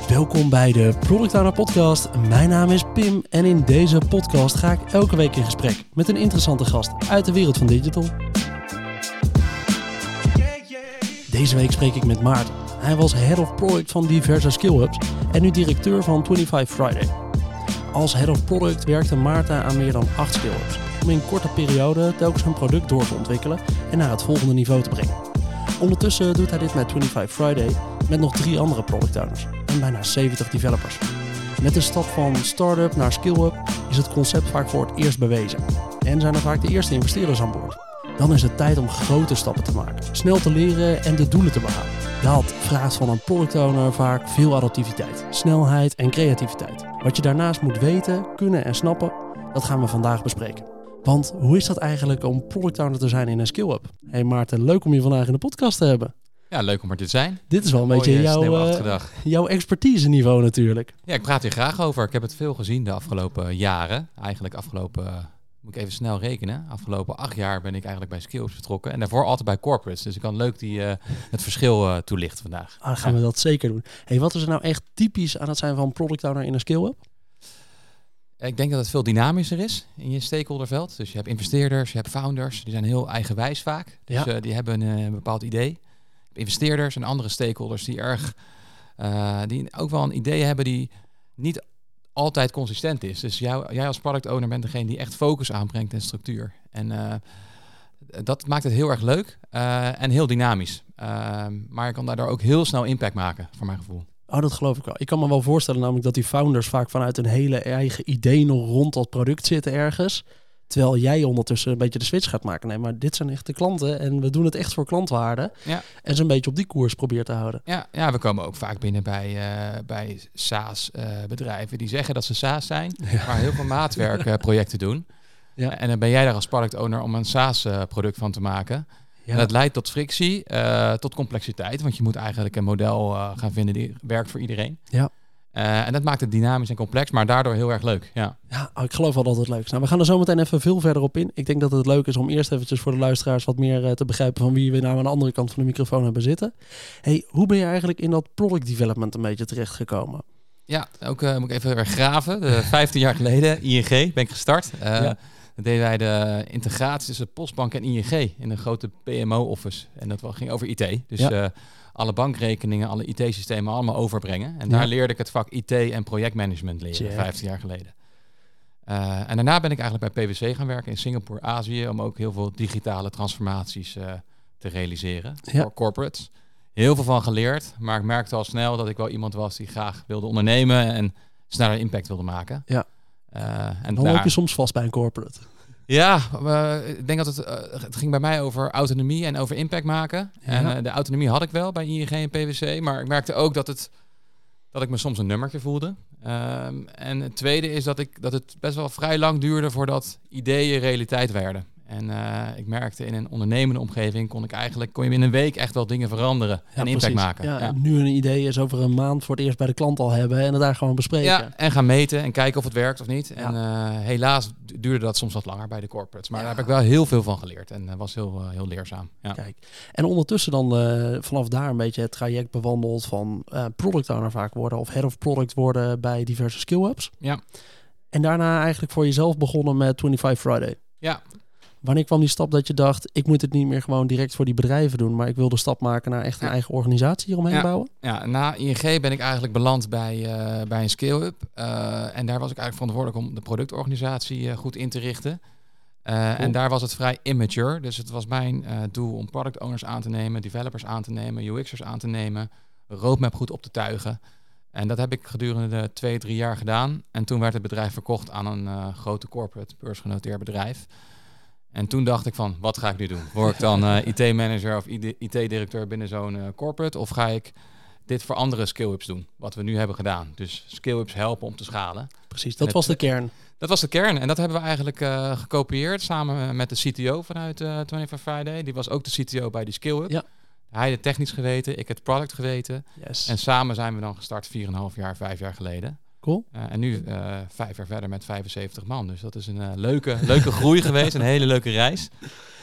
Welkom bij de Product Owner Podcast. Mijn naam is Pim en in deze podcast ga ik elke week in gesprek met een interessante gast uit de wereld van digital. Deze week spreek ik met Maarten. Hij was Head of Product van diverse skill-ups en nu directeur van 25 Friday. Als Head of Product werkte Maarten aan meer dan 8 skill-ups om in korte periode telkens hun product door te ontwikkelen en naar het volgende niveau te brengen. Ondertussen doet hij dit met 25 Friday met nog 3 andere product owners en bijna 70 developers. Met de stap van start-up naar skill-up is het concept vaak voor het eerst bewezen en zijn er vaak de eerste investeerders aan boord. Dan is het tijd om grote stappen te maken, snel te leren en de doelen te behalen. Dat vraagt van een product owner vaak veel adaptiviteit, snelheid en creativiteit. Wat je daarnaast moet weten, kunnen en snappen, dat gaan we vandaag bespreken. Want hoe is dat eigenlijk om product owner te zijn in een skill-up? Hey Maarten, leuk om je vandaag in de podcast te hebben. Ja, leuk om er te zijn. Dit is wel een beetje jouw expertise niveau natuurlijk. Ja, ik praat hier graag over. Ik heb het veel gezien de afgelopen jaren. Eigenlijk moet ik even snel rekenen. Afgelopen 8 jaar ben ik eigenlijk bij skill-ups betrokken. En daarvoor altijd bij corporates. Dus ik kan leuk het verschil toelichten vandaag. Dan gaan we dat zeker doen. Hey, wat is er nou echt typisch aan het zijn van product owner in een skill-up? Ik denk dat het veel dynamischer is in je stakeholderveld. Dus je hebt investeerders, je hebt founders. Die zijn heel eigenwijs vaak. Dus die hebben een bepaald idee. Investeerders en andere stakeholders die ook wel een idee hebben die niet altijd consistent is. Dus jij als product owner bent degene die echt focus aanbrengt en structuur. En dat maakt het heel erg leuk en heel dynamisch. Maar je kan daardoor ook heel snel impact maken, voor mijn gevoel. Oh, dat geloof ik wel. Ik kan me wel voorstellen namelijk dat die founders vaak vanuit een hele eigen idee nog rond dat product zitten ergens. Terwijl jij ondertussen een beetje de switch gaat maken. Nee, maar dit zijn echt de klanten en we doen het echt voor klantwaarde. Ja. En ze een beetje op die koers probeert te houden. Ja, we komen ook vaak binnen bij SaaS-bedrijven die zeggen dat ze SaaS zijn, maar heel veel maatwerkprojecten doen. Ja. En dan ben jij daar als product owner om een SaaS-product van te maken. Ja. En dat leidt tot frictie, tot complexiteit. Want je moet eigenlijk een model gaan vinden die werkt voor iedereen. Ja. En dat maakt het dynamisch en complex, maar daardoor heel erg leuk. Ja, ik geloof wel dat het leuk is. Nou, we gaan er zo meteen even veel verder op in. Ik denk dat het leuk is om eerst eventjes voor de luisteraars wat meer te begrijpen van wie we nou aan de andere kant van de microfoon hebben zitten. Hey, hoe ben je eigenlijk in dat product development een beetje terechtgekomen? Ja, ook moet ik even weer graven. 15 jaar geleden, ING, ben ik gestart. Dan deden wij de integratie tussen Postbank en ING in een grote PMO-office. En dat ging over IT. Dus alle bankrekeningen, alle IT-systemen allemaal overbrengen. En daar leerde ik het vak IT en projectmanagement leren, 15 jaar geleden. En daarna ben ik eigenlijk bij PwC gaan werken in Singapore, Azië, om ook heel veel digitale transformaties te realiseren voor corporates. Heel veel van geleerd, maar ik merkte al snel dat ik wel iemand was die graag wilde ondernemen en sneller impact wilde maken. Ja. En dan loop je soms vast bij een corporate. Ja, ik denk dat het ging bij mij over autonomie en over impact maken. Ja. En de autonomie had ik wel bij ING en PwC, maar ik merkte ook dat ik me soms een nummertje voelde. En het tweede is dat het best wel vrij lang duurde voordat ideeën realiteit werden. En ik merkte in een ondernemende omgeving kon je binnen een week echt wel dingen veranderen en impact maken. Ja. Nu een idee is over een maand voor het eerst bij de klant al hebben en het daar gewoon bespreken. Ja, en gaan meten en kijken of het werkt of niet. En helaas duurde dat soms wat langer bij de corporates. Maar daar heb ik wel heel veel van geleerd en dat was heel leerzaam. Ja. Kijk. En ondertussen dan vanaf daar een beetje het traject bewandeld van product owner vaak worden of head of product worden bij diverse skill-ups. Ja. En daarna eigenlijk voor jezelf begonnen met 25 Friday. Ja. Wanneer kwam die stap dat je dacht, ik moet het niet meer gewoon direct voor die bedrijven doen, maar ik wil de stap maken naar echt een eigen organisatie hieromheen bouwen? Ja, na ING ben ik eigenlijk beland bij een scale-up. En daar was ik eigenlijk verantwoordelijk om de productorganisatie goed in te richten. Cool. En daar was het vrij immature. Dus het was mijn doel om product owners aan te nemen, developers aan te nemen, UX'ers aan te nemen, roadmap goed op te tuigen. En dat heb ik gedurende 2-3 jaar gedaan. En toen werd het bedrijf verkocht aan een grote corporate beursgenoteerd bedrijf. En toen dacht ik van, wat ga ik nu doen? Word ik dan IT-manager of IT-directeur binnen zo'n corporate? Of ga ik dit voor andere skill-ups doen? Wat we nu hebben gedaan. Dus skill-ups helpen om te schalen. Precies, dat was de kern. Dat was de kern. En dat hebben we eigenlijk gekopieerd samen met de CTO vanuit 25 Friday. Die was ook de CTO bij die skill-up. Ja. Hij het technisch geweten, ik het product geweten. Yes. En samen zijn we dan gestart 4,5 jaar, 5 jaar geleden. Cool. En nu 5 jaar verder met 75 man. Dus dat is een leuke groei geweest. Een hele leuke reis.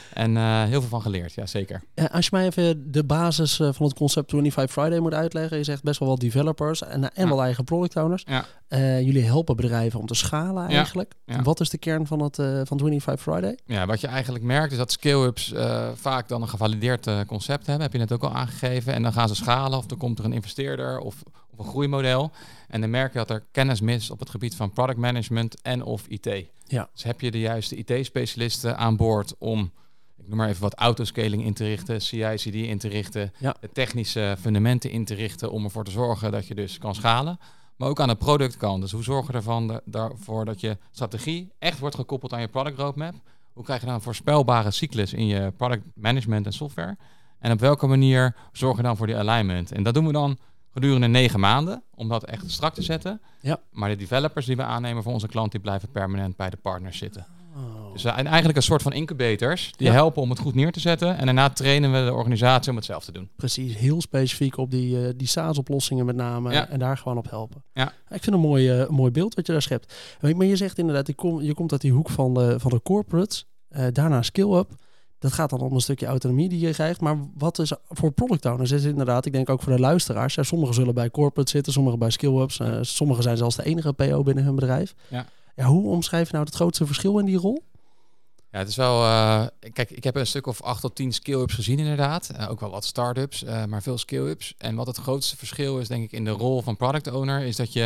En heel veel van geleerd, ja zeker. Als je mij even de basis van het concept 25 Friday moet uitleggen. Je zegt best wel wat developers en wel eigen product owners. Ja. Jullie helpen bedrijven om te schalen eigenlijk. Ja. Wat is de kern van 25 Friday? Ja, wat je eigenlijk merkt is dat scale-ups vaak dan een gevalideerd concept hebben. Heb je net ook al aangegeven. En dan gaan ze schalen of er komt er een investeerder of een groeimodel. En dan merk je dat er kennis mist op het gebied van product management en of IT. Ja. Dus heb je de juiste IT-specialisten aan boord om, ik noem maar even wat, autoscaling in te richten, CI/CD in te richten, de technische fundamenten in te richten om ervoor te zorgen dat je dus kan schalen. Maar ook aan de productkant. Dus hoe zorg je ervoor dat je strategie echt wordt gekoppeld aan je product roadmap? Hoe krijg je dan een voorspelbare cyclus in je product management en software? En op welke manier zorg je dan voor die alignment? En dat doen we dan gedurende 9 maanden, om dat echt strak te zetten. Ja. Maar de developers die we aannemen voor onze klant, die blijven permanent bij de partners zitten. Oh. Dus eigenlijk een soort van incubators die helpen om het goed neer te zetten. En daarna trainen we de organisatie om het zelf te doen. Precies, heel specifiek op die SaaS-oplossingen met name. Ja. En daar gewoon op helpen. Ja. Ik vind een mooi beeld wat je daar schept. Maar je zegt inderdaad, je komt uit die hoek van de corporates. Daarna skill-up. Dat gaat dan om een stukje autonomie die je krijgt. Maar wat is voor product owners? Is inderdaad, ik denk ook voor de luisteraars. Sommigen zullen bij corporate zitten, sommigen bij skill-ups. Sommigen zijn zelfs de enige PO binnen hun bedrijf. Ja, hoe omschrijf je nou het grootste verschil in die rol? Ja, het is wel... kijk, ik heb een stuk of 8 tot 10 skill-ups gezien inderdaad. Ook wel wat start-ups, maar veel skill-ups. En wat het grootste verschil is, denk ik, in de rol van product owner, is dat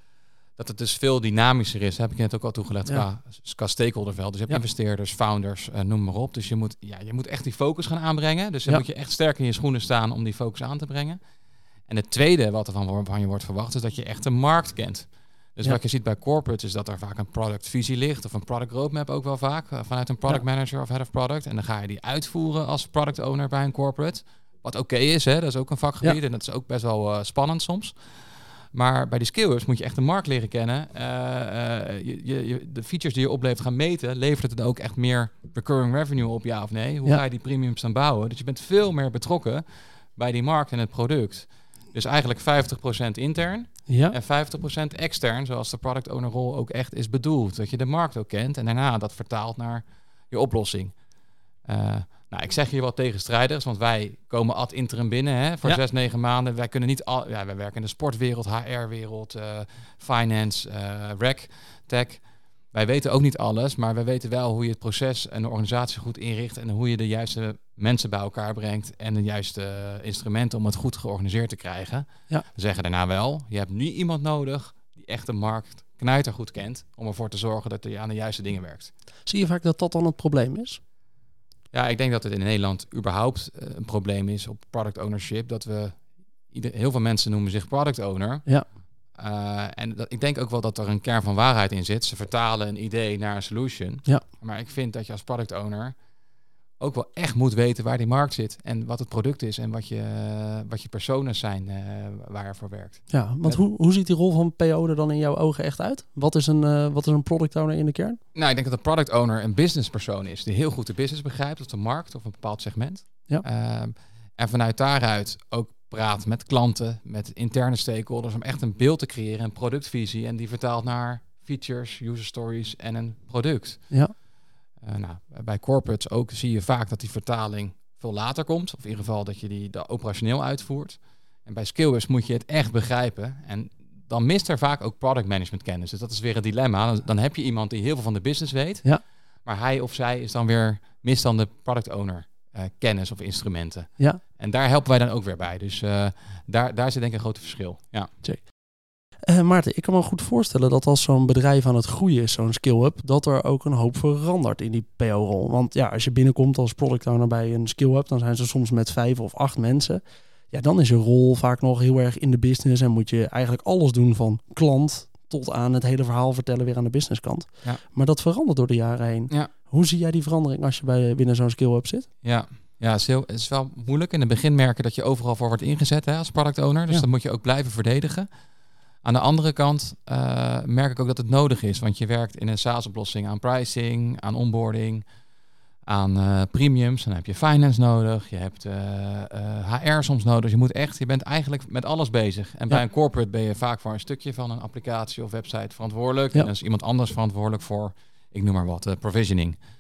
het dus veel dynamischer is. Heb ik net ook al toegelegd qua stakeholderveld. Dus je hebt investeerders, founders, noem maar op. Dus je moet echt die focus gaan aanbrengen. Dus dan moet je echt sterk in je schoenen staan om die focus aan te brengen. En het tweede wat er van je wordt verwacht, is dat je echt de markt kent. Dus wat je ziet bij corporates is dat er vaak een productvisie ligt, of een product roadmap ook wel vaak, vanuit een product manager of head of product. En dan ga je die uitvoeren als product owner bij een corporate. Wat oké is, hè? Dat is ook een vakgebied en dat is ook best wel spannend soms. Maar bij die scale-ups moet je echt de markt leren kennen. De features die je oplevert gaan meten, levert het ook echt meer recurring revenue op, ja of nee? Hoe ga je die premiums dan bouwen? Dus je bent veel meer betrokken bij die markt en het product. Dus eigenlijk 50% intern en 50% extern, zoals de product owner rol ook echt is bedoeld. Dat je de markt ook kent en daarna dat vertaalt naar je oplossing. Ik zeg hier wat tegenstrijders, want wij komen ad interim binnen voor 6-9 maanden. Wij kunnen niet wij werken in de sportwereld, HR-wereld, finance, rec, tech. Wij weten ook niet alles, maar wij weten wel hoe je het proces en de organisatie goed inricht en hoe je de juiste mensen bij elkaar brengt en de juiste instrumenten om het goed georganiseerd te krijgen. Ja. We zeggen daarna wel, je hebt nu iemand nodig die echt de markt knijtergoed kent om ervoor te zorgen dat je aan de juiste dingen werkt. Zie je vaak dat dat dan het probleem is? Ja, ik denk dat het in Nederland überhaupt een probleem is op product ownership. Dat heel veel mensen noemen zich product owner. Ja. Ik denk ook wel dat er een kern van waarheid in zit. Ze vertalen een idee naar een solution. Ja. Maar ik vind dat je als product owner ook wel echt moet weten waar die markt zit. En wat het product is en wat je personas zijn waar je voor werkt. Ja, want hoe ziet die rol van PO er dan in jouw ogen echt uit? Wat is een product owner in de kern? Nou, ik denk dat een product owner een businesspersoon is. Die heel goed de business begrijpt, of de markt of een bepaald segment. Ja. En vanuit daaruit ook praat met klanten, met interne stakeholders, om echt een beeld te creëren, een productvisie. En die vertaalt naar features, user stories en een product. Ja. Bij corporates ook zie je vaak dat die vertaling veel later komt. Of in ieder geval dat je die operationeel uitvoert. En bij scale-ups moet je het echt begrijpen. En dan mist er vaak ook product management kennis. Dus dat is weer een dilemma. Dan heb je iemand die heel veel van de business weet. Ja. Maar hij of zij is dan weer mist dan de product owner kennis of instrumenten. Ja. En daar helpen wij dan ook weer bij. Dus daar zit denk ik een groot verschil. Ja. Maarten, ik kan me goed voorstellen dat als zo'n bedrijf aan het groeien is, zo'n skill-up, dat er ook een hoop verandert in die PO-rol. Want ja, als je binnenkomt als product owner bij een skill-up, dan zijn ze soms met 5 of 8 mensen. Ja, dan is je rol vaak nog heel erg in de business en moet je eigenlijk alles doen van klant tot aan het hele verhaal vertellen weer aan de businesskant. Ja. Maar dat verandert door de jaren heen. Ja. Hoe zie jij die verandering als je binnen zo'n skill-up zit? Ja, het is wel moeilijk. In het begin merken dat je overal voor wordt ingezet als product owner. Dus dan moet je ook blijven verdedigen. Aan de andere kant merk ik ook dat het nodig is. Want je werkt in een SaaS-oplossing aan pricing, aan onboarding, aan premiums. Dan heb je finance nodig, je hebt HR soms nodig. Je bent eigenlijk met alles bezig. En bij een corporate ben je vaak voor een stukje van een applicatie of website verantwoordelijk. Ja. En dan is iemand anders verantwoordelijk voor, ik noem maar wat, provisioning.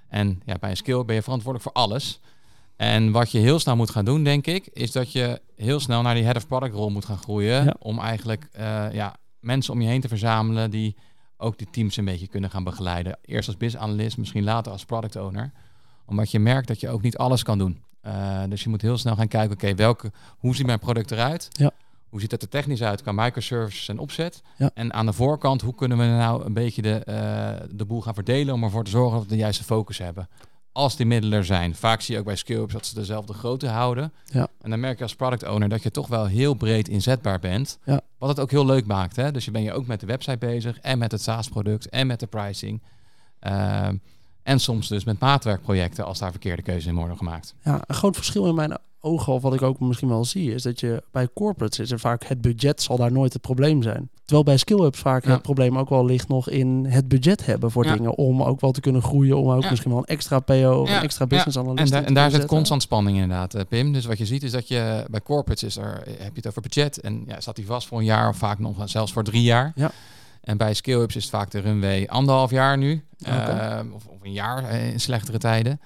En bij een skill ben je verantwoordelijk voor alles. En wat je heel snel moet gaan doen, denk ik, is dat je heel snel naar die head of product rol moet gaan groeien. Om eigenlijk mensen om je heen te verzamelen die ook die teams een beetje kunnen gaan begeleiden. Eerst als business analyst, misschien later als product owner. Omdat je merkt dat je ook niet alles kan doen. Dus je moet heel snel gaan kijken, hoe ziet mijn product eruit? Ja. Hoe ziet het er technisch uit qua microservices en opzet? Ja. En aan de voorkant, hoe kunnen we nou een beetje de boel gaan verdelen om ervoor te zorgen dat we de juiste focus hebben? Als die middelen er zijn. Vaak zie je ook bij SkillUps dat ze dezelfde grootte houden. Ja. En dan merk je als product owner dat je toch wel heel breed inzetbaar bent. Ja. Wat het ook heel leuk maakt. Hè? Dus je ben je ook met de website bezig en met het SaaS-product en met de pricing. En soms dus met maatwerkprojecten als daar verkeerde keuzes in worden gemaakt. Ja, een groot verschil in mijn ogen, of wat ik ook misschien wel zie, is dat je bij corporates is er vaak het budget zal daar nooit het probleem zijn. Terwijl bij SkillUps vaak het probleem ook wel ligt nog in het budget hebben voor dingen. Om ook wel te kunnen groeien, om ook misschien wel een extra PO of een extra business analyst en daar zit constant spanning inderdaad, Pim. Dus wat je ziet is dat je bij corporates heb je het over budget. En staat die vast voor een jaar of vaak nog zelfs voor 3 jaar. Ja. En bij SkillUps is het vaak de runway 1,5 jaar nu. Of een jaar in slechtere tijden.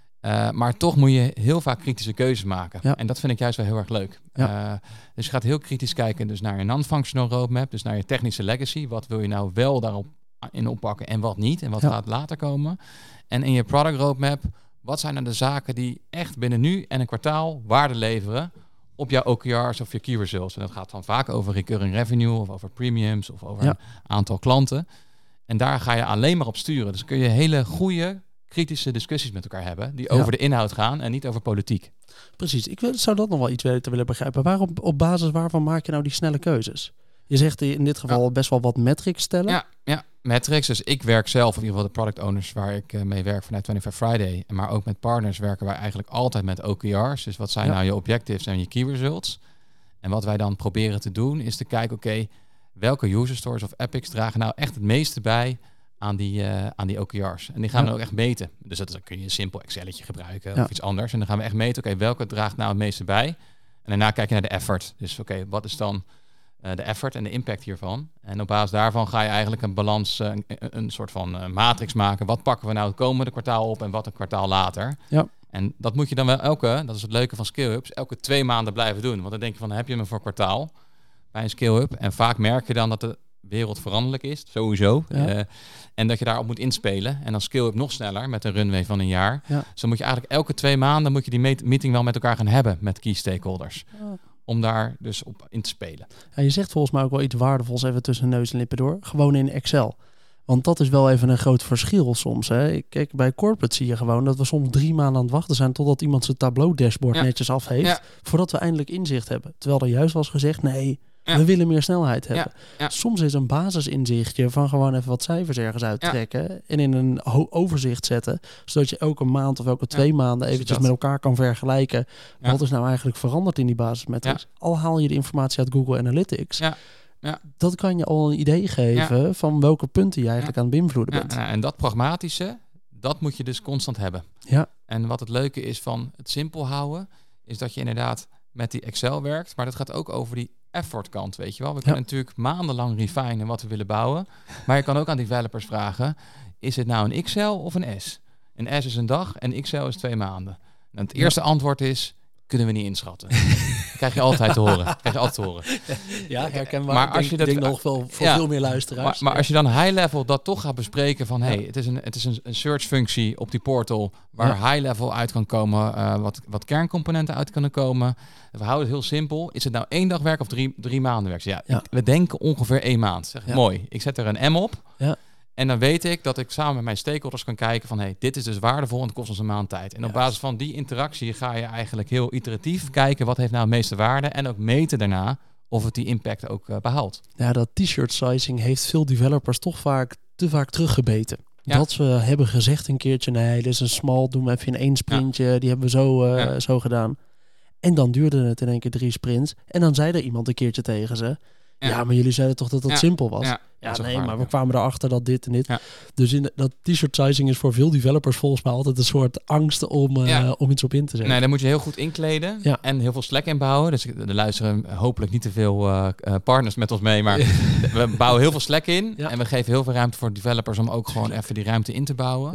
Maar toch moet je heel vaak kritische keuzes maken. Ja. En dat vind ik juist wel heel erg leuk. Ja. Dus je gaat heel kritisch kijken dus naar je non-functional roadmap. Dus naar je technische legacy. Wat wil je nou wel daarop in oppakken en wat niet? En wat gaat later komen? En in je product roadmap, wat zijn nou de zaken die echt binnen nu en een kwartaal waarde leveren op jouw OKR's of je key results? En dat gaat dan vaak over recurring revenue of over premiums of over een aantal klanten. En daar ga je alleen maar op sturen. Dus kun je hele goede kritische discussies met elkaar hebben die over de inhoud gaan en niet over politiek. Precies, zou dat nog wel iets te willen begrijpen. Op basis waarvan maak je nou die snelle keuzes? Je zegt in dit geval best wel wat metrics stellen. Ja, metrics. Dus ik werk zelf, of in ieder geval de product owners waar ik mee werk vanuit 25 Friday. Maar ook met partners werken wij eigenlijk altijd met OKR's. Dus wat zijn nou je objectives en je key results? En wat wij dan proberen te doen is te kijken, welke user stories of epics dragen nou echt het meeste bij aan die OKR's. En die gaan we ook echt meten. Dus dan kun je een simpel Excelletje gebruiken of iets anders. En dan gaan we echt meten, welke draagt nou het meeste bij? En daarna kijk je naar de effort. Dus wat is dan de effort en de impact hiervan? En op basis daarvan ga je eigenlijk een balans, een soort van matrix maken. Wat pakken we nou het komende kwartaal op en wat een kwartaal later? Ja. En dat moet je dan wel dat is het leuke van SkillUps, elke 2 maanden blijven doen. Want dan denk je van, heb je me voor kwartaal bij een SkillUp? En vaak merk je dan dat de wereld veranderlijk is, sowieso. Ja. En dat je daarop moet inspelen. En dan SkillUp nog sneller met een runway van een jaar. Ja. Dus dan moet je eigenlijk elke 2 maanden moet je die meeting wel met elkaar gaan hebben met key stakeholders. Ja. Om daar dus op in te spelen. Ja, je zegt volgens mij ook wel iets waardevols even tussen neus en lippen door. Gewoon in Excel. Want dat is wel even een groot verschil soms. Hè. Kijk, bij corporate zie je gewoon dat we soms 3 maanden aan het wachten zijn totdat iemand zijn Tableau-dashboard netjes af heeft. Voordat we eindelijk inzicht hebben. Terwijl er juist was gezegd, nee, we willen meer snelheid hebben. Ja. Soms is een basisinzichtje van gewoon even wat cijfers ergens uittrekken en in een overzicht zetten, zodat je elke maand of elke 2 maanden eventjes met elkaar kan vergelijken. Wat is nou eigenlijk veranderd in die basismetrics? Al haal je de informatie uit Google Analytics. Ja. Dat kan je al een idee geven van welke punten je eigenlijk aan het beïnvloeden bent. En dat pragmatische, dat moet je dus constant hebben. Ja. En wat het leuke is van het simpel houden, is dat je inderdaad met die Excel werkt, maar dat gaat ook over die effort kant, weet je wel. We kunnen natuurlijk maandenlang refinen wat we willen bouwen, maar je kan ook aan developers vragen, is het nou een XL of een S? Een S is een dag en XL is 2 maanden. En het eerste antwoord is, kunnen we niet inschatten. Krijg je altijd te horen. Ja, herkenbaar. Maar als je dat nog wel voor veel meer luisteraars. Maar als je dan high level dat toch gaat bespreken van, het is een search functie op die portal waar high level uit kan komen, wat kerncomponenten uit kunnen komen. We houden het heel simpel. Is het nou 1 dag werk of 3 maanden werk? We denken ongeveer 1 maand. Zeg, mooi. Ik zet er een M op. Ja. En dan weet ik dat ik samen met mijn stakeholders kan kijken van, dit is dus waardevol en het kost ons een maand tijd. En op basis van die interactie ga je eigenlijk heel iteratief kijken wat heeft nou het meeste waarde en ook meten daarna of het die impact ook behaalt. Ja, dat t-shirt sizing heeft veel developers toch te vaak teruggebeten. Ja. Dat ze hebben gezegd een keertje, nee, dit is een small, doen we even in 1 sprintje, die hebben we zo gedaan. En dan duurde het in één keer 3 sprints en dan zei er iemand een keertje tegen ze, ja, maar jullie zeiden toch dat dat simpel was? Ja, nee, maar we kwamen erachter dat dit en dit. Ja. Dus dat t-shirt sizing is voor veel developers volgens mij altijd een soort angst om iets op in te zetten. Nee, daar moet je heel goed inkleden en heel veel Slack inbouwen. Dus er luisteren hopelijk niet te veel partners met ons mee, maar we bouwen heel veel Slack in en we geven heel veel ruimte voor developers om ook gewoon even die ruimte in te bouwen. Ja.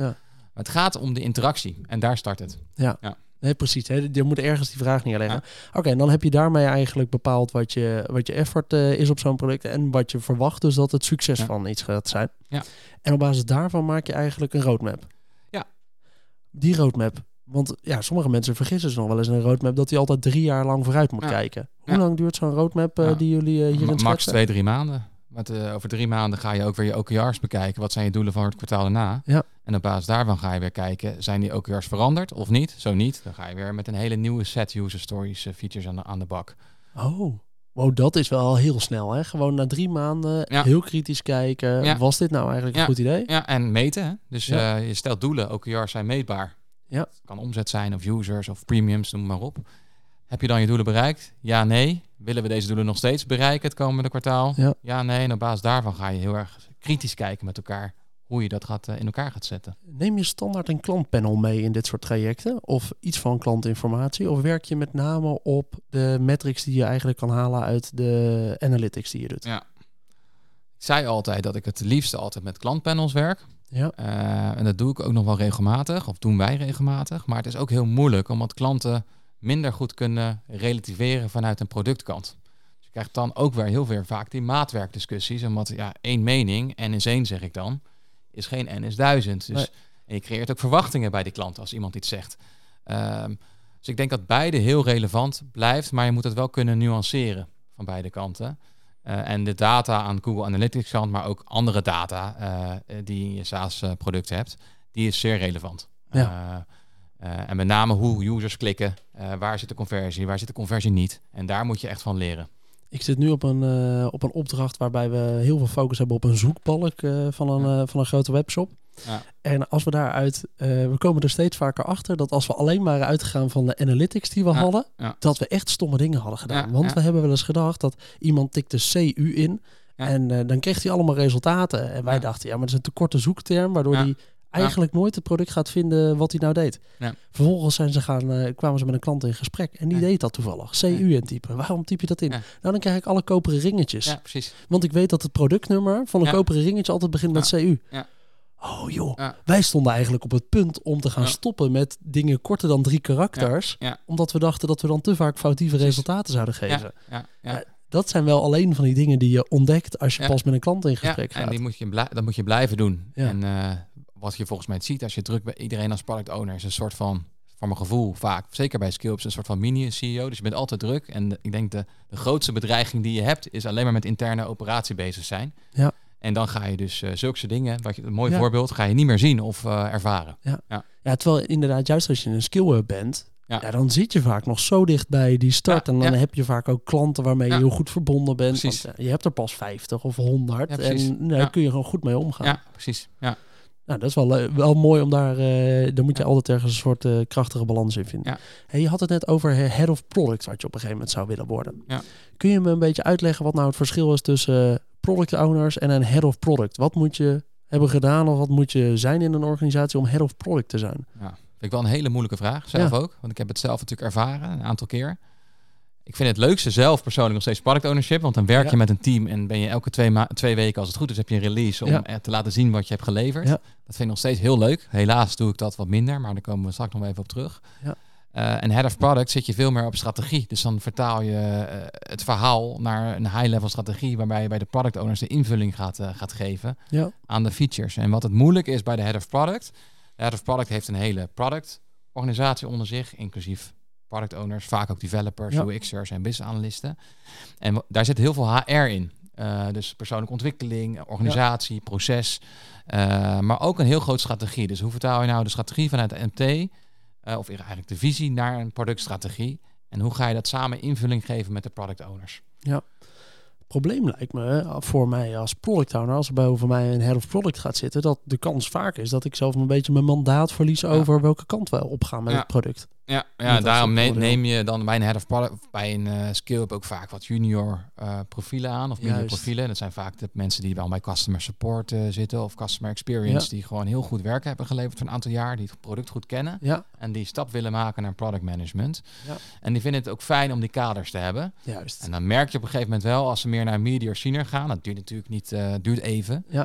Het gaat om de interactie en daar start het. Ja. Nee, precies. Hè. Je moet ergens die vraag neerleggen. Ja. Oké, en dan heb je daarmee eigenlijk bepaald wat je effort is op zo'n product en wat je verwacht dus dat het succes van iets gaat zijn. Ja. En op basis daarvan maak je eigenlijk een roadmap. Ja. Die roadmap, want sommige mensen vergissen zich nog wel eens een roadmap dat hij altijd 3 jaar lang vooruit moet kijken. Hoe lang duurt zo'n roadmap die jullie hierin schetsen? Max 2-3 maanden. Want over 3 maanden ga je ook weer je OKR's bekijken. Wat zijn je doelen van het kwartaal daarna? Ja. En op basis daarvan ga je weer kijken, zijn die OKR's veranderd of niet? Zo niet, dan ga je weer met een hele nieuwe set user stories features aan de bak. Oh, wow, dat is wel heel snel, hè? Gewoon na 3 maanden heel kritisch kijken. Ja. Was dit nou eigenlijk een goed idee? Ja, en meten. Hè? Dus je stelt doelen, OKR's zijn meetbaar. Ja. Het kan omzet zijn of users of premiums, noem maar op. Heb je dan je doelen bereikt? Ja, nee. Willen we deze doelen nog steeds bereiken het komende kwartaal? Ja, nee. En op basis daarvan ga je heel erg kritisch kijken met elkaar hoe je dat in elkaar gaat zetten. Neem je standaard een klantpanel mee in dit soort trajecten? Of iets van klantinformatie? Of werk je met name op de metrics die je eigenlijk kan halen uit de analytics die je doet? Ja. Ik zei altijd dat ik het liefste altijd met klantpanels werk. Ja. En dat doe ik ook nog wel regelmatig. Of doen wij regelmatig. Maar het is ook heel moeilijk omdat klanten minder goed kunnen relativeren vanuit een productkant. Dus je krijgt dan ook weer heel veel vaak die maatwerkdiscussies. Omdat 1 mening, N is 1 zeg ik dan, is geen N is 1000. Dus en je creëert ook verwachtingen bij die klant als iemand iets zegt. Dus ik denk dat beide heel relevant blijft, maar je moet het wel kunnen nuanceren van beide kanten. En de data aan Google Analytics kant, maar ook andere data die in je SaaS product hebt, die is zeer relevant. Ja. En met name hoe users klikken, waar zit de conversie niet. En daar moet je echt van leren. Ik zit nu op een opdracht waarbij we heel veel focus hebben op een zoekbalk van een grote webshop. Ja. En als we daaruit, we komen er steeds vaker achter dat als we alleen maar uitgegaan van de analytics die we hadden, dat we echt stomme dingen hadden gedaan. Want we hebben wel eens gedacht dat iemand tikte CU in en dan kreeg hij allemaal resultaten. En wij dachten, maar dat is een te korte zoekterm, waardoor hij eigenlijk nooit het product gaat vinden wat hij nou deed. Ja. Vervolgens kwamen ze met een klant in gesprek en die deed dat toevallig. CU intypen. Waarom typ je dat in? Nou, dan krijg ik alle koperen ringetjes. Ja, precies. Want ik weet dat het productnummer van een koperen ringetje altijd begint met CU. Ja. Oh joh, wij stonden eigenlijk op het punt om te gaan stoppen met dingen korter dan 3 karakters. Ja. Ja. Omdat we dachten dat we dan te vaak foutieve resultaten zouden geven. Ja. Dat zijn wel alleen van die dingen die je ontdekt als je pas met een klant in gesprek gaat. En dat moet je blijven doen. Ja. En wat je volgens mij ziet als je druk bij iedereen als product owner is een soort van, voor mijn gevoel vaak, zeker bij Skillhub, een soort van mini-CEO. Dus je bent altijd druk. En ik denk de grootste bedreiging die je hebt is alleen maar met interne operatie bezig zijn. Ja. En dan ga je dus zulke dingen, een mooi voorbeeld, ga je niet meer zien of ervaren. Ja, terwijl inderdaad, juist als je een Skillhub bent, dan zit je vaak nog zo dicht bij die start. En dan heb je vaak ook klanten waarmee je heel goed verbonden bent. Want, je hebt er pas 50 of 100 en daar kun je gewoon goed mee omgaan. Ja, precies. Ja. Nou, dat is wel mooi om daar moet je altijd ergens een soort krachtige balans in vinden. Ja. Hey, je had het net over head of product, wat je op een gegeven moment zou willen worden. Ja. Kun je me een beetje uitleggen wat nou het verschil is tussen product owners en een head of product? Wat moet je hebben gedaan of wat moet je zijn in een organisatie om head of product te zijn? Ja, vind ik wel een hele moeilijke vraag, zelf ook. Want ik heb het zelf natuurlijk ervaren, een aantal keer. Ik vind het leukste zelf persoonlijk nog steeds product ownership. Want dan werk je met een team en ben je elke 2 weken, als het goed is, heb je een release om te laten zien wat je hebt geleverd. Ja. Dat vind ik nog steeds heel leuk. Helaas doe ik dat wat minder, maar daar komen we straks nog even op terug. Ja. En head of product zit je veel meer op strategie. Dus dan vertaal je het verhaal naar een high-level strategie, waarbij je bij de product owners de invulling gaat geven aan de features. En wat het moeilijk is bij de head of product. De head of product heeft een hele product organisatie onder zich, inclusief product owners, vaak ook developers, UX'ers en business analisten. En daar zit heel veel HR in. Dus persoonlijke ontwikkeling, organisatie, proces. Maar ook een heel groot strategie. Dus hoe vertaal je nou de strategie vanuit de MT, of eigenlijk de visie, naar een productstrategie? En hoe ga je dat samen invulling geven met de product owners? Ja. Het probleem lijkt me voor mij als product owner, als er boven mij een head of product gaat zitten, dat de kans vaak is dat ik zelf een beetje mijn mandaat verlies over welke kant we opgaan met het product. Ja, daarom neem je dan bij een head of product, bij een Skillhub ook vaak wat junior profielen aan of minder profielen. Dat zijn vaak de mensen die wel bij customer support zitten of customer experience, die gewoon heel goed werk hebben geleverd voor een aantal jaar, die het product goed kennen en die stap willen maken naar product management. Ja. En die vinden het ook fijn om die kaders te hebben. Juist. En dan merk je op een gegeven moment wel, als ze meer naar media of senior gaan, dat duurt natuurlijk niet, duurt even. Ja.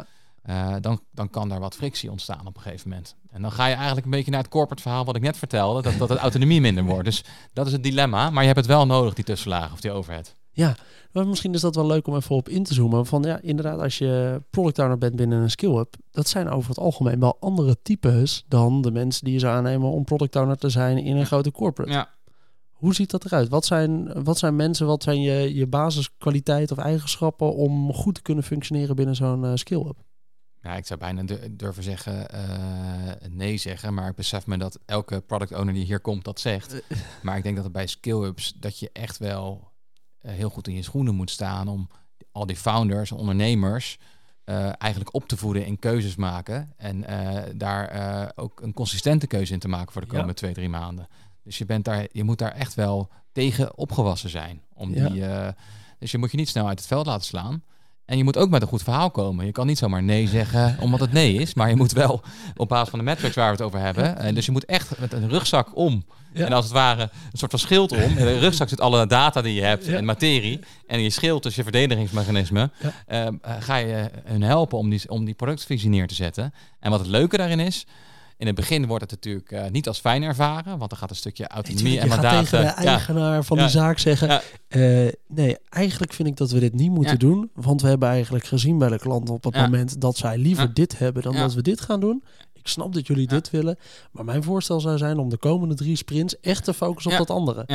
dan kan daar wat frictie ontstaan op een gegeven moment. En dan ga je eigenlijk een beetje naar het corporate verhaal wat ik net vertelde, dat het autonomie minder wordt. Dus dat is het dilemma, maar je hebt het wel nodig, die tussenlagen of die overhead. Ja, maar misschien is dat wel leuk om even op in te zoomen. Van ja, inderdaad, als je product owner bent binnen een skill-up, dat zijn over het algemeen wel andere types dan de mensen die je zou aannemen om product owner te zijn in een grote corporate. Ja. Hoe ziet dat eruit? Wat zijn mensen, wat zijn je basiskwaliteiten of eigenschappen om goed te kunnen functioneren binnen zo'n skill-up? Ja, ik zou bijna durven zeggen, nee zeggen, maar ik besef me dat elke product owner die hier komt dat zegt. Maar ik denk dat het bij skill-ups dat je echt wel heel goed in je schoenen moet staan om al die founders, ondernemers, eigenlijk op te voeden in keuzes maken. En daar ook een consistente keuze in te maken voor de komende 2-3 maanden. Dus je moet daar echt wel tegen opgewassen zijn. Dus je moet je niet snel uit het veld laten slaan. En je moet ook met een goed verhaal komen. Je kan niet zomaar nee zeggen omdat het nee is. Maar je moet wel op basis van de metrics waar we het over hebben. Dus je moet echt met een rugzak om. Ja. En als het ware een soort van schild om. In de rugzak zit alle data die je hebt en materie. En je schild, dus je verdedigingsmechanisme. Ga je hun helpen om die productvisie neer te zetten. En wat het leuke daarin is, in het begin wordt het natuurlijk niet als fijn ervaren, want dan gaat een stukje autonomie en mandaten. Je gaat tegen de eigenaar van die zaak zeggen, nee, eigenlijk vind ik dat we dit niet moeten doen, want we hebben eigenlijk gezien bij de klant op het moment dat zij liever dit hebben dan dat we dit gaan doen. Ik snap dat jullie dit willen, maar mijn voorstel zou zijn om de komende 3 sprints echt te focussen op dat andere.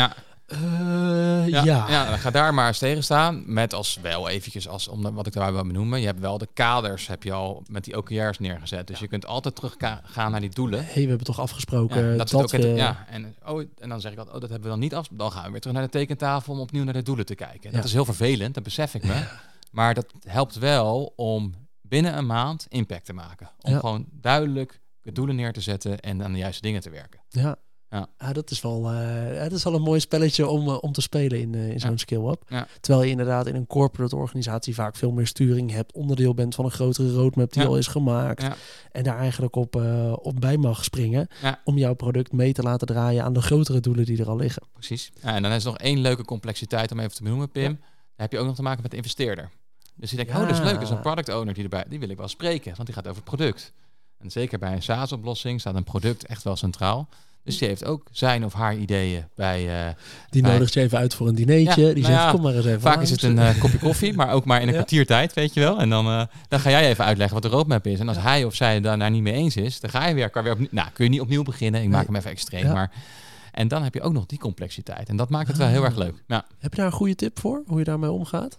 Dan ga daar maar eens tegen staan. Met als wel eventjes, wat ik daarbij wil benoemen. Je hebt wel de kaders, heb je al met die OKR's neergezet. Dus je kunt altijd teruggaan naar die doelen. We hebben toch afgesproken en dan zeg ik altijd, dat hebben we dan niet af. Dan gaan we weer terug naar de tekentafel om opnieuw naar de doelen te kijken. Dat is heel vervelend, dat besef ik me. Maar dat helpt wel om binnen een maand impact te maken. Om gewoon duidelijk de doelen neer te zetten en aan de juiste dingen te werken. Dat is wel een mooi spelletje om te spelen in zo'n skill-up. Ja. Terwijl je inderdaad in een corporate organisatie vaak veel meer sturing hebt, onderdeel bent van een grotere roadmap die al is gemaakt. En daar eigenlijk op bij mag springen om jouw product mee te laten draaien aan de grotere doelen die er al liggen. Precies. En dan is er nog 1 leuke complexiteit om even te benoemen, Pim. Dan heb je ook nog te maken met de investeerder. Dus die denkt, dat is leuk, dat is een product owner die wil ik wel spreken, want die gaat over het product. En zeker bij een SaaS-oplossing staat een product echt wel centraal. Dus die heeft ook zijn of haar ideeën bij... nodigt je even uit voor een dinertje. Die zegt, kom maar eens even vaak langs. is het een kopje koffie, maar ook maar in een kwartiertijd, weet je wel. En dan ga jij even uitleggen wat de roadmap is. En als hij of zij daar niet mee eens is, dan ga je weer opnieuw. Kun je niet opnieuw beginnen. Ik maak hem even extreem. Maar, en dan heb je ook nog die complexiteit. En dat maakt het wel heel erg leuk. Ja. Heb je daar een goede tip voor, hoe je daarmee omgaat?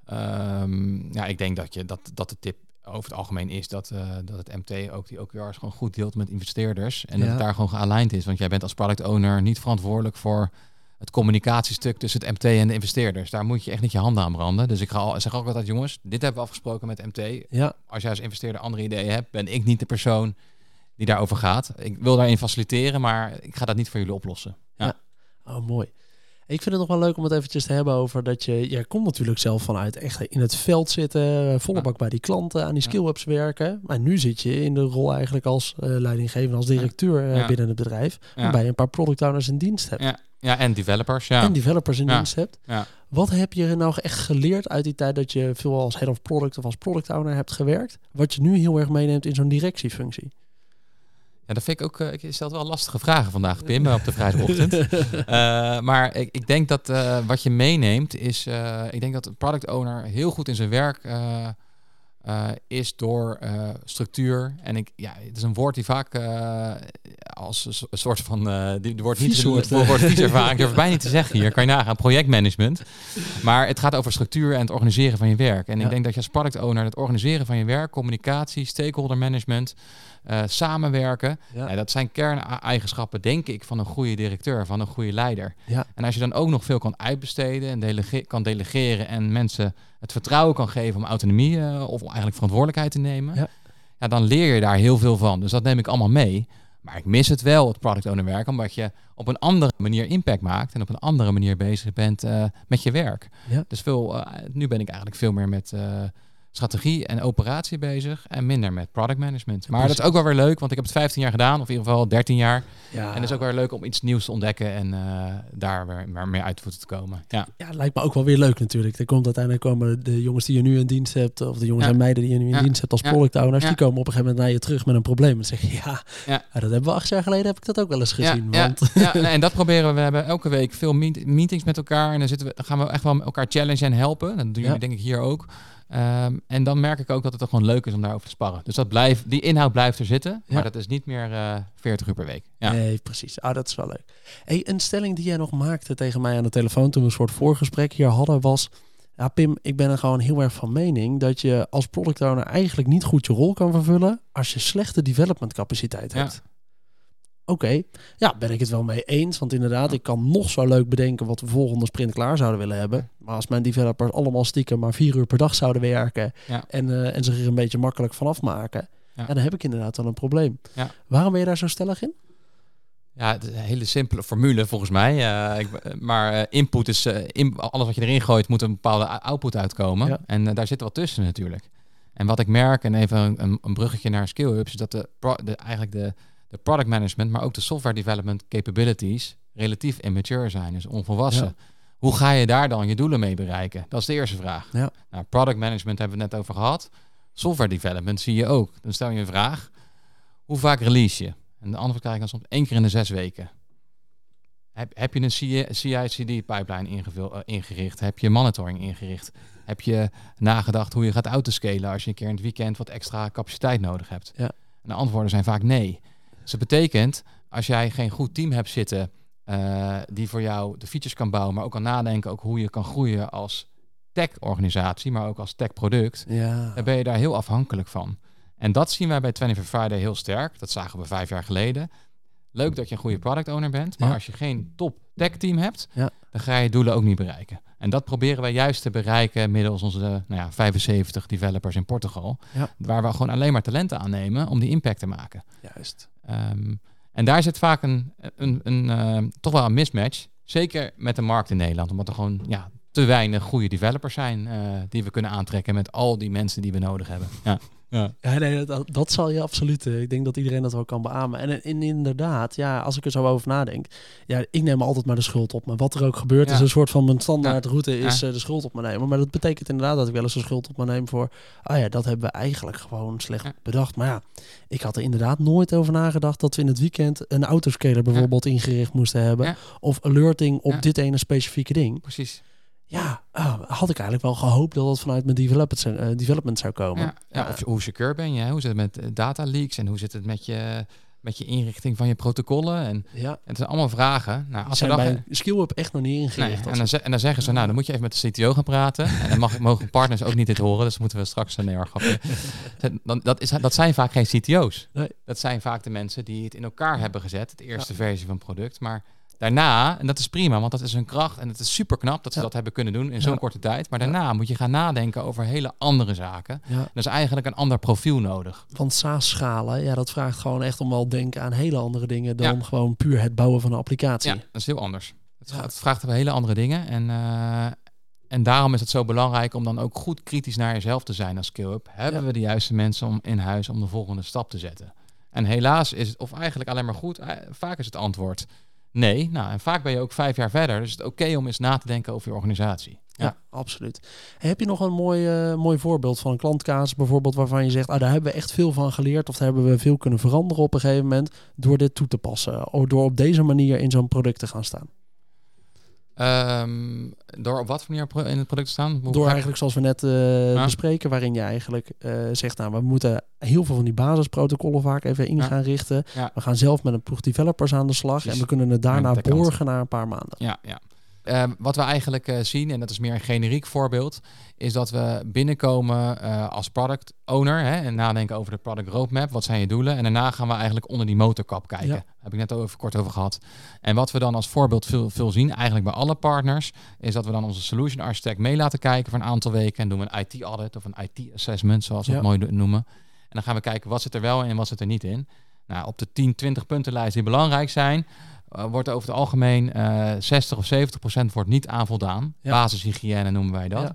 Ik denk dat de tip over het algemeen is dat het MT ook die OKR's gewoon goed deelt met investeerders. En dat het daar gewoon gealigned is. Want jij bent als product owner niet verantwoordelijk voor het communicatiestuk tussen het MT en de investeerders. Daar moet je echt niet je handen aan branden. Dus ik zeg ook altijd, jongens, dit hebben we afgesproken met MT. Ja. Als jij als investeerder andere ideeën hebt, ben ik niet de persoon die daarover gaat. Ik wil daarin faciliteren, maar ik ga dat niet voor jullie oplossen. Ja. Oh, mooi. Ik vind het nog wel leuk om het eventjes te hebben over dat jij komt natuurlijk zelf vanuit echt in het veld zitten, volle bak bij die klanten, aan die skill-ups werken. Maar nu zit je in de rol eigenlijk als leidinggevende, als directeur binnen het bedrijf, waarbij je een paar product owners in dienst hebt. Ja, en developers. En developers in dienst hebt. Ja. Wat heb je nou echt geleerd uit die tijd dat je veel als head of product of als product owner hebt gewerkt, wat je nu heel erg meeneemt in zo'n directiefunctie? Ja, dat vind ik ook. Ik stel wel lastige vragen vandaag, Pim, op de vrijdagochtend. Maar ik denk dat wat je meeneemt is... ik denk dat een product owner heel goed in zijn werk is door structuur. En het is een woord die vaak als een soort van... die wordt niet vies ervaring. Ik durf het bijna niet te zeggen hier. Kan je nagaan, projectmanagement. Maar het gaat over structuur en het organiseren van je werk. En ik denk dat je als product owner het organiseren van je werk, communicatie, stakeholder management, samenwerken. Ja. Dat zijn kerneigenschappen, denk ik, van een goede directeur, van een goede leider. Ja. En als je dan ook nog veel kan uitbesteden en kan delegeren en mensen het vertrouwen kan geven om autonomie of eigenlijk verantwoordelijkheid te nemen, dan leer je daar heel veel van. Dus dat neem ik allemaal mee. Maar ik mis het wel, het product owner werk, omdat je op een andere manier impact maakt en op een andere manier bezig bent met je werk. Ja. Dus nu ben ik eigenlijk veel meer met strategie en operatie bezig en minder met product management. Maar Precies. dat is ook wel weer leuk, want ik heb het 15 jaar gedaan, of in ieder geval 13 jaar. Ja. En het is ook weer leuk om iets nieuws te ontdekken en daar weer meer uit te komen. Ja. Ja, het lijkt me ook wel weer leuk natuurlijk. Er komt uiteindelijk komen de jongens die je nu in dienst hebt, of de jongens en meiden die je nu in dienst hebt als product owners, die komen op een gegeven moment naar je terug met een probleem. En dan zeg je, dat hebben we 8 jaar geleden, heb ik dat ook wel eens gezien. En dat proberen we. We hebben elke week veel meetings met elkaar en dan gaan we echt wel elkaar challengen en helpen. Dat doen jullie denk ik hier ook. En dan merk ik ook dat het toch gewoon leuk is om daarover te sparren. Dus die inhoud blijft er zitten, maar dat is niet meer 40 uur per week. Ja. Nee, precies. Dat is wel leuk. Hey, een stelling die jij nog maakte tegen mij aan de telefoon toen we een soort voorgesprek hier hadden was, ja Pim, ik ben er gewoon heel erg van mening dat je als product owner eigenlijk niet goed je rol kan vervullen als je slechte development capaciteit hebt. Oké, ben ik het wel mee eens. Want inderdaad, ik kan nog zo leuk bedenken wat we volgende sprint klaar zouden willen hebben. Maar als mijn developers allemaal stiekem maar 4 uur per dag zouden werken en zich er een beetje makkelijk vanaf maken, dan heb ik inderdaad wel een probleem. Ja. Waarom ben je daar zo stellig in? Ja, het is een hele simpele formule volgens mij. Maar input is, alles wat je erin gooit moet een bepaalde output uitkomen. Ja. En daar zit wat tussen natuurlijk. En wat ik merk, en even een bruggetje naar SkillHubs, is dat de product management, maar ook de software development capabilities relatief immature zijn, dus onvolwassen. Ja. Hoe ga je daar dan je doelen mee bereiken? Dat is de eerste vraag. Ja. Nou, product management hebben we het net over gehad. Software development zie je ook. Dan stel je een vraag. Hoe vaak release je? En de antwoord krijg ik dan soms 1 keer in de 6 weken. Heb je een CI/CD pipeline ingericht? Heb je monitoring ingericht? Heb je nagedacht hoe je gaat autoscalen als je een keer in het weekend wat extra capaciteit nodig hebt? Ja. En de antwoorden zijn vaak nee. Dus dat betekent, als jij geen goed team hebt zitten die voor jou de features kan bouwen, maar ook kan nadenken ook hoe je kan groeien als tech-organisatie, maar ook als tech-product, dan ben je daar heel afhankelijk van. En dat zien wij bij 25 Friday heel sterk. Dat zagen we 5 jaar geleden. Leuk dat je een goede product owner bent, maar als je geen top tech-team hebt, dan ga je doelen ook niet bereiken. En dat proberen wij juist te bereiken middels onze 75 developers in Portugal, waar we gewoon alleen maar talenten aannemen om die impact te maken. Juist. En daar zit vaak toch wel een mismatch, zeker met de markt in Nederland, omdat er gewoon te weinig goede developers zijn die we kunnen aantrekken met al die mensen die we nodig hebben. Ja, nee, dat zal je absoluut. Ik denk dat iedereen dat wel kan beamen. En inderdaad, als ik er zo over nadenk, ik neem altijd maar de schuld op me. Wat er ook gebeurt, is een soort van mijn standaardroute is de schuld op me nemen. Maar dat betekent inderdaad dat ik wel eens de schuld op me neem voor, dat hebben we eigenlijk gewoon slecht bedacht. Maar ik had er inderdaad nooit over nagedacht dat we in het weekend een autoscaler bijvoorbeeld ingericht moesten hebben. Ja. Of alerting op dit ene specifieke ding. Precies. Had ik eigenlijk wel gehoopt dat het vanuit mijn development zou komen. Of hoe secure ben je? Hoe zit het met data leaks? En hoe zit het met je inrichting van je protocollen? En het zijn allemaal vragen. Nou, als zijn bij SkillHub echt nog niet ingericht. Nee, en dan zeggen ze, dan moet je even met de CTO gaan praten. En dan mogen partners ook niet dit horen. Dus moeten we straks dat zijn vaak geen CTO's. Nee. Dat zijn vaak de mensen die het in elkaar hebben gezet. Het eerste versie van het product. Maar daarna, en dat is prima, want dat is hun kracht en het is super knap dat ze dat hebben kunnen doen in zo'n korte tijd. Maar daarna moet je gaan nadenken over hele andere zaken. Ja. Er is eigenlijk een ander profiel nodig. Want SaaS-schalen, dat vraagt gewoon echt om wel denken aan hele andere dingen dan gewoon puur het bouwen van een applicatie. Ja, dat is heel anders. Het vraagt over hele andere dingen. En daarom is het zo belangrijk om dan ook goed kritisch naar jezelf te zijn als SkillHub. Hebben we de juiste mensen in huis om de volgende stap te zetten? En helaas is het, of eigenlijk alleen maar goed, vaak is het antwoord nee. En vaak ben je ook 5 jaar verder. Dus het is oké om eens na te denken over je organisatie. Ja, absoluut. Heb je nog een mooi voorbeeld van een klantcasus bijvoorbeeld waarvan je zegt, daar hebben we echt veel van geleerd of daar hebben we veel kunnen veranderen op een gegeven moment door dit toe te passen, of door op deze manier in zo'n product te gaan staan? Door op wat manier in het product te staan? Door eigenlijk zoals we net bespreken, waarin je eigenlijk zegt, we moeten heel veel van die basisprotocollen vaak even in gaan richten. Ja. We gaan zelf met een ploeg developers aan de slag. Precies. En we kunnen het daarna borgen na een paar maanden. Ja. Wat we eigenlijk zien, en dat is meer een generiek voorbeeld, is dat we binnenkomen als product owner en nadenken over de product roadmap. Wat zijn je doelen? En daarna gaan we eigenlijk onder die motorkap kijken. Ja. Daar heb ik net even kort over gehad. En wat we dan als voorbeeld veel zien, eigenlijk bij alle partners, is dat we dan onze solution architect mee laten kijken voor een aantal weken. En doen we een IT audit of een IT assessment, zoals we het mooi noemen. En dan gaan we kijken wat zit er wel in en wat zit er niet in. Nou, op de 10, 20 puntenlijst die belangrijk zijn, wordt over het algemeen 60 of 70% wordt niet aan voldaan. Ja. Basishygiëne noemen wij dat. Ja.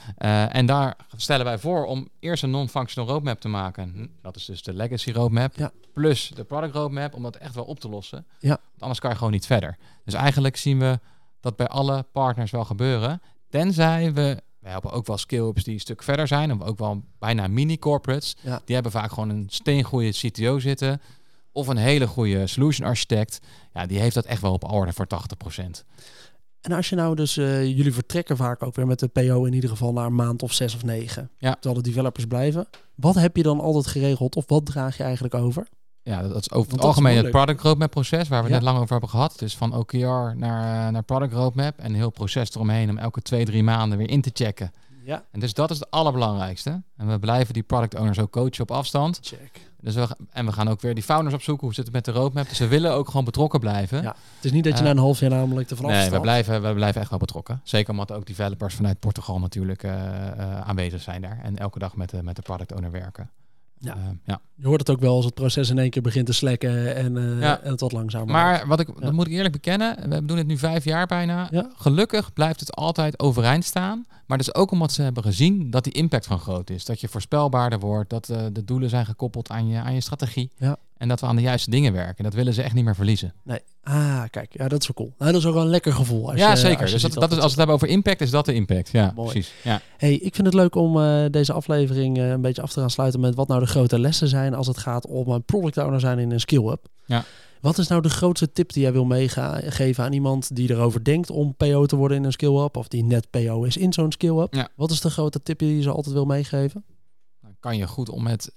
En daar stellen wij voor om eerst een non-functional roadmap te maken. Dat is dus de legacy roadmap. Ja. Plus de product roadmap, om dat echt wel op te lossen. Ja. Want anders kan je gewoon niet verder. Dus eigenlijk zien we dat bij alle partners wel gebeuren. Tenzij wij helpen ook wel scale-ups die een stuk verder zijn. Of ook wel bijna mini-corporates. Ja. Die hebben vaak gewoon een steengoeie CTO zitten. Of een hele goede solution architect. Ja, die heeft dat echt wel op orde voor 80%. En als je nou dus, jullie vertrekken vaak ook weer met de PO in ieder geval naar een maand of 6 of 9. Ja. Terwijl de developers blijven. Wat heb je dan altijd geregeld of wat draag je eigenlijk over? Ja, dat is over het dat algemeen is het product roadmap proces waar we Ja. net lang over hebben gehad. Dus van OKR naar product roadmap en een heel proces eromheen om elke 2-3 maanden weer in te checken. Ja. En dus dat is het allerbelangrijkste. En we blijven die product owners ook coachen op afstand. Check. Dus we gaan ook weer die founders opzoeken. Hoe zit het met de roadmap? Dus we willen ook gewoon betrokken blijven. Ja. Het is niet dat je na een half jaar namelijk ervan Nee, afstapt. we blijven echt wel betrokken. Zeker omdat ook developers vanuit Portugal natuurlijk aanwezig zijn daar. En elke dag met de product owner werken. Ja. Ja. Je hoort het ook wel als het proces in één keer begint te slekken en het wat langzamer Maar wordt. dat moet ik eerlijk bekennen. We doen het nu 5 jaar bijna. Ja. Gelukkig blijft het altijd overeind staan. Maar dat is ook omdat ze hebben gezien dat die impact van groot is. Dat je voorspelbaarder wordt. Dat de doelen zijn gekoppeld aan je strategie. Ja. En dat we aan de juiste dingen werken. Dat willen ze echt niet meer verliezen. Nee. Ah, kijk. Ja, dat is wel cool. Nou, dat is ook wel een lekker gevoel. Ja, zeker. Als je Dus ziet dat is, als we het hebben over impact, is dat de impact. Ja, Mooi. precies. Ja. Hey, ik vind het leuk om deze aflevering een beetje af te gaan sluiten met wat nou de grote lessen zijn als het gaat om een product owner zijn in een skill-up. Ja. Wat is nou de grootste tip die jij wil meegeven aan iemand die erover denkt om PO te worden in een skill-up of die net PO is in zo'n skill-up? Ja. Wat is de grote tip die je ze altijd wil meegeven? Dan kan je goed om met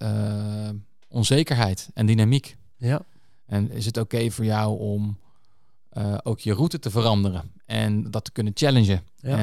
onzekerheid en dynamiek. Ja. En is het oké voor jou om ook je route te veranderen en dat te kunnen challengen Ja.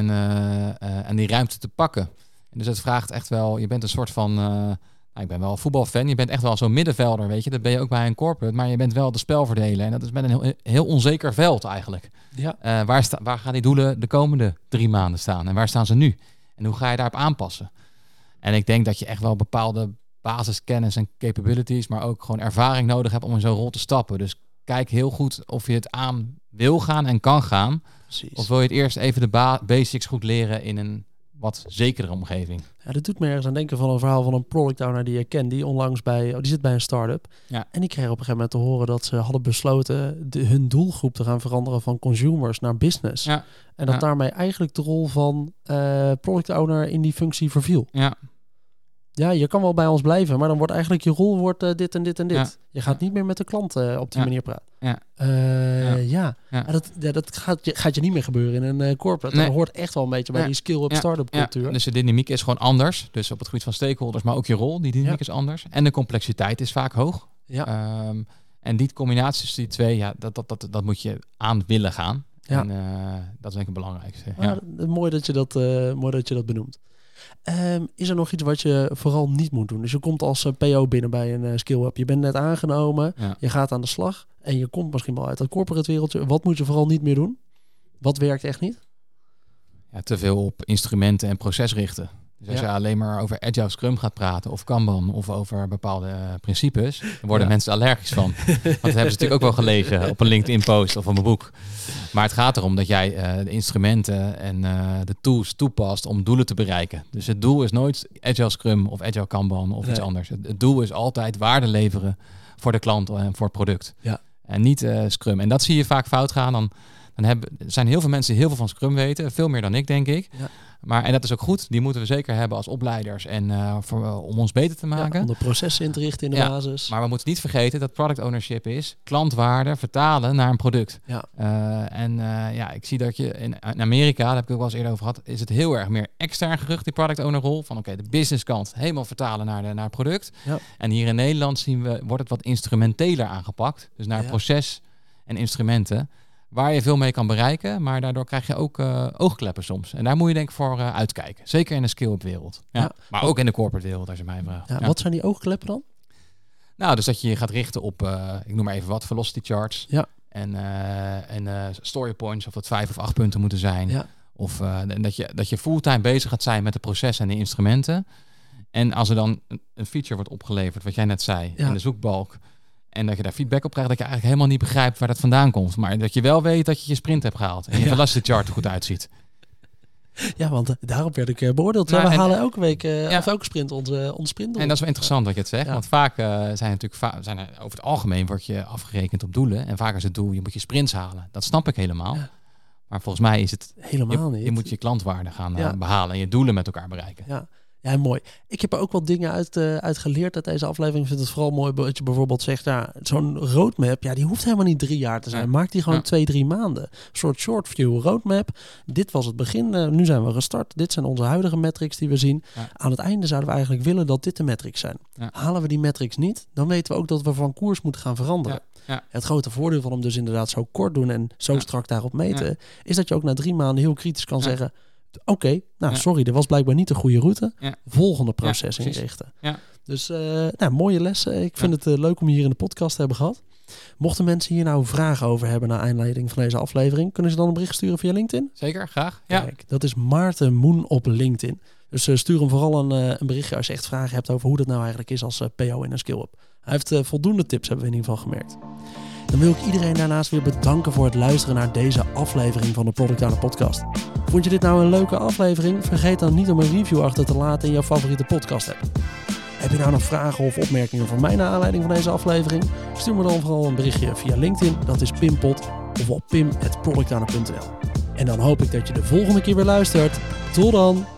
en die ruimte te pakken. En dus het vraagt echt wel, je bent een soort van, ik ben wel voetbalfan, je bent echt wel zo'n middenvelder, weet je. Dat ben je ook bij een corporate, maar je bent wel de spelverdeler. En dat is met een heel onzeker veld eigenlijk. Ja. Waar gaan die doelen de komende 3 maanden staan? En waar staan ze nu? En hoe ga je daarop aanpassen? En ik denk dat je echt wel bepaalde basiskennis en capabilities, maar ook gewoon ervaring nodig hebt om in zo'n rol te stappen. Dus kijk heel goed of je het aan wil gaan en kan gaan. Precies. Of wil je het eerst even de basics goed leren in een wat zekere omgeving. Ja, dat doet me ergens aan denken van een verhaal van een product owner die ik ken, die onlangs die zit bij een start-up. Ja. En die kreeg op een gegeven moment te horen dat ze hadden besloten hun doelgroep te gaan veranderen van consumers naar business. Ja. En dat Ja. daarmee eigenlijk de rol van product owner in die functie verviel. Ja. Ja, je kan wel bij ons blijven, maar dan wordt eigenlijk je rol dit en dit en dit. Ja. Je gaat niet meer met de klant op die Ja. manier praten. Ja. Ja. Ja. Dat gaat je niet meer gebeuren in een corporate. Nee. Dat hoort echt wel een beetje bij Ja. die skill-up start-up cultuur. Ja. Dus de dynamiek is gewoon anders. Dus op het gebied van stakeholders, maar ook je rol, die dynamiek is anders. En de complexiteit is vaak hoog. Ja. En die combinatie tussen die twee, ja, dat moet je aan willen gaan. Ja. En dat is denk ik het belangrijkste. Mooi dat je dat benoemt. Is er nog iets wat je vooral niet moet doen? Dus je komt als PO binnen bij een skill-up. Je bent net aangenomen. Ja. Je gaat aan de slag. En je komt misschien wel uit dat corporate wereldje. Wat moet je vooral niet meer doen? Wat werkt echt niet? Ja, te veel op instrumenten en proces richten. Dus als Ja. je alleen maar over Agile Scrum gaat praten of Kanban of over bepaalde principes, dan worden Ja. mensen allergisch van. Want dat hebben ze natuurlijk ook wel gelezen op een LinkedIn post of op een boek. Maar het gaat erom dat jij de instrumenten en de tools toepast om doelen te bereiken. Dus het doel is nooit Agile Scrum of Agile Kanban of iets anders. Het doel is altijd waarde leveren voor de klant en voor het product. Ja. En niet Scrum. En dat zie je vaak fout gaan. Dan zijn heel veel mensen die heel veel van Scrum weten. Veel meer dan ik, denk ik. Ja. En dat is ook goed. Die moeten we zeker hebben als opleiders en om ons beter te maken. Ja, om de processen in te richten in de Ja, basis. Maar we moeten niet vergeten dat product ownership is klantwaarde vertalen naar een product. Ja. Ik zie dat je in Amerika, daar heb ik ook wel eens eerder over gehad, is het heel erg meer extern gericht, die product owner rol. Van oké, de business kant helemaal vertalen naar het product. Ja. En hier in Nederland wordt het wat instrumenteler aangepakt. Dus naar proces en instrumenten. Waar je veel mee kan bereiken, maar daardoor krijg je ook oogkleppen soms. En daar moet je denk ik voor uitkijken. Zeker in de skill-up wereld. Ja. Ja. Maar ook in de corporate wereld, als je mij vraagt. Ja, wat zijn die oogkleppen dan? Nou, dus dat je je gaat richten op, ik noem maar even wat, velocity charts. Ja. En story points, of dat 5 of 8 punten moeten zijn. Ja. Of dat je fulltime bezig gaat zijn met de processen en de instrumenten. En als er dan een feature wordt opgeleverd, wat jij net zei, in de zoekbalk. En dat je daar feedback op krijgt, dat je eigenlijk helemaal niet begrijpt waar dat vandaan komt. Maar dat je wel weet dat je je sprint hebt gehaald. En je velocity chart er goed uitziet. Ja, want daarop werd ik beoordeeld. Nou, we halen elke week ja. of elke sprint onze sprint door. En dat is wel interessant dat je het zegt. Ja. Want vaak over het algemeen word je afgerekend op doelen. En vaak is het doel, je moet je sprints halen. Dat snap ik helemaal. Ja. Maar volgens mij is het helemaal niet. Je moet je klantwaarde gaan behalen en je doelen met elkaar bereiken. Ja, mooi. Ik heb er ook wat dingen uit geleerd uit deze aflevering. Ik vind het vooral mooi dat je bijvoorbeeld zegt, zo'n roadmap, die hoeft helemaal niet 3 jaar te zijn. Ja. Maak die gewoon 2-3 maanden. Een soort short view roadmap. Dit was het begin. Nu zijn we gestart. Dit zijn onze huidige metrics die we zien. Ja. Aan het einde zouden we eigenlijk willen dat dit de metrics zijn. Ja. Halen we die metrics niet, dan weten we ook dat we van koers moeten gaan veranderen. Ja. Ja. Het grote voordeel van hem dus inderdaad zo kort doen en zo strak daarop meten, is dat je ook na 3 maanden heel kritisch kan zeggen, oké, sorry, dit was blijkbaar niet de goede route. Ja. Volgende proces inrichten. Ja. Dus mooie lessen. Ik vind het leuk om je hier in de podcast te hebben gehad. Mochten mensen hier nou vragen over hebben naar aanleiding van deze aflevering, kunnen ze dan een bericht sturen via LinkedIn? Zeker, graag. Kijk, dat is Maarten Moen op LinkedIn. Dus stuur hem vooral een berichtje als je echt vragen hebt over hoe dat nou eigenlijk is als PO in een skill-up. Hij heeft voldoende tips, hebben we in ieder geval gemerkt. Dan wil ik iedereen daarnaast weer bedanken voor het luisteren naar deze aflevering van de Product Owner Podcast. Vond je dit nou een leuke aflevering? Vergeet dan niet om een review achter te laten in jouw favoriete podcast app. Heb je nou nog vragen of opmerkingen voor mij naar aanleiding van deze aflevering? Stuur me dan vooral een berichtje via LinkedIn, dat is Pimpot, of op pim@productowner.nl. En dan hoop ik dat je de volgende keer weer luistert. Tot dan!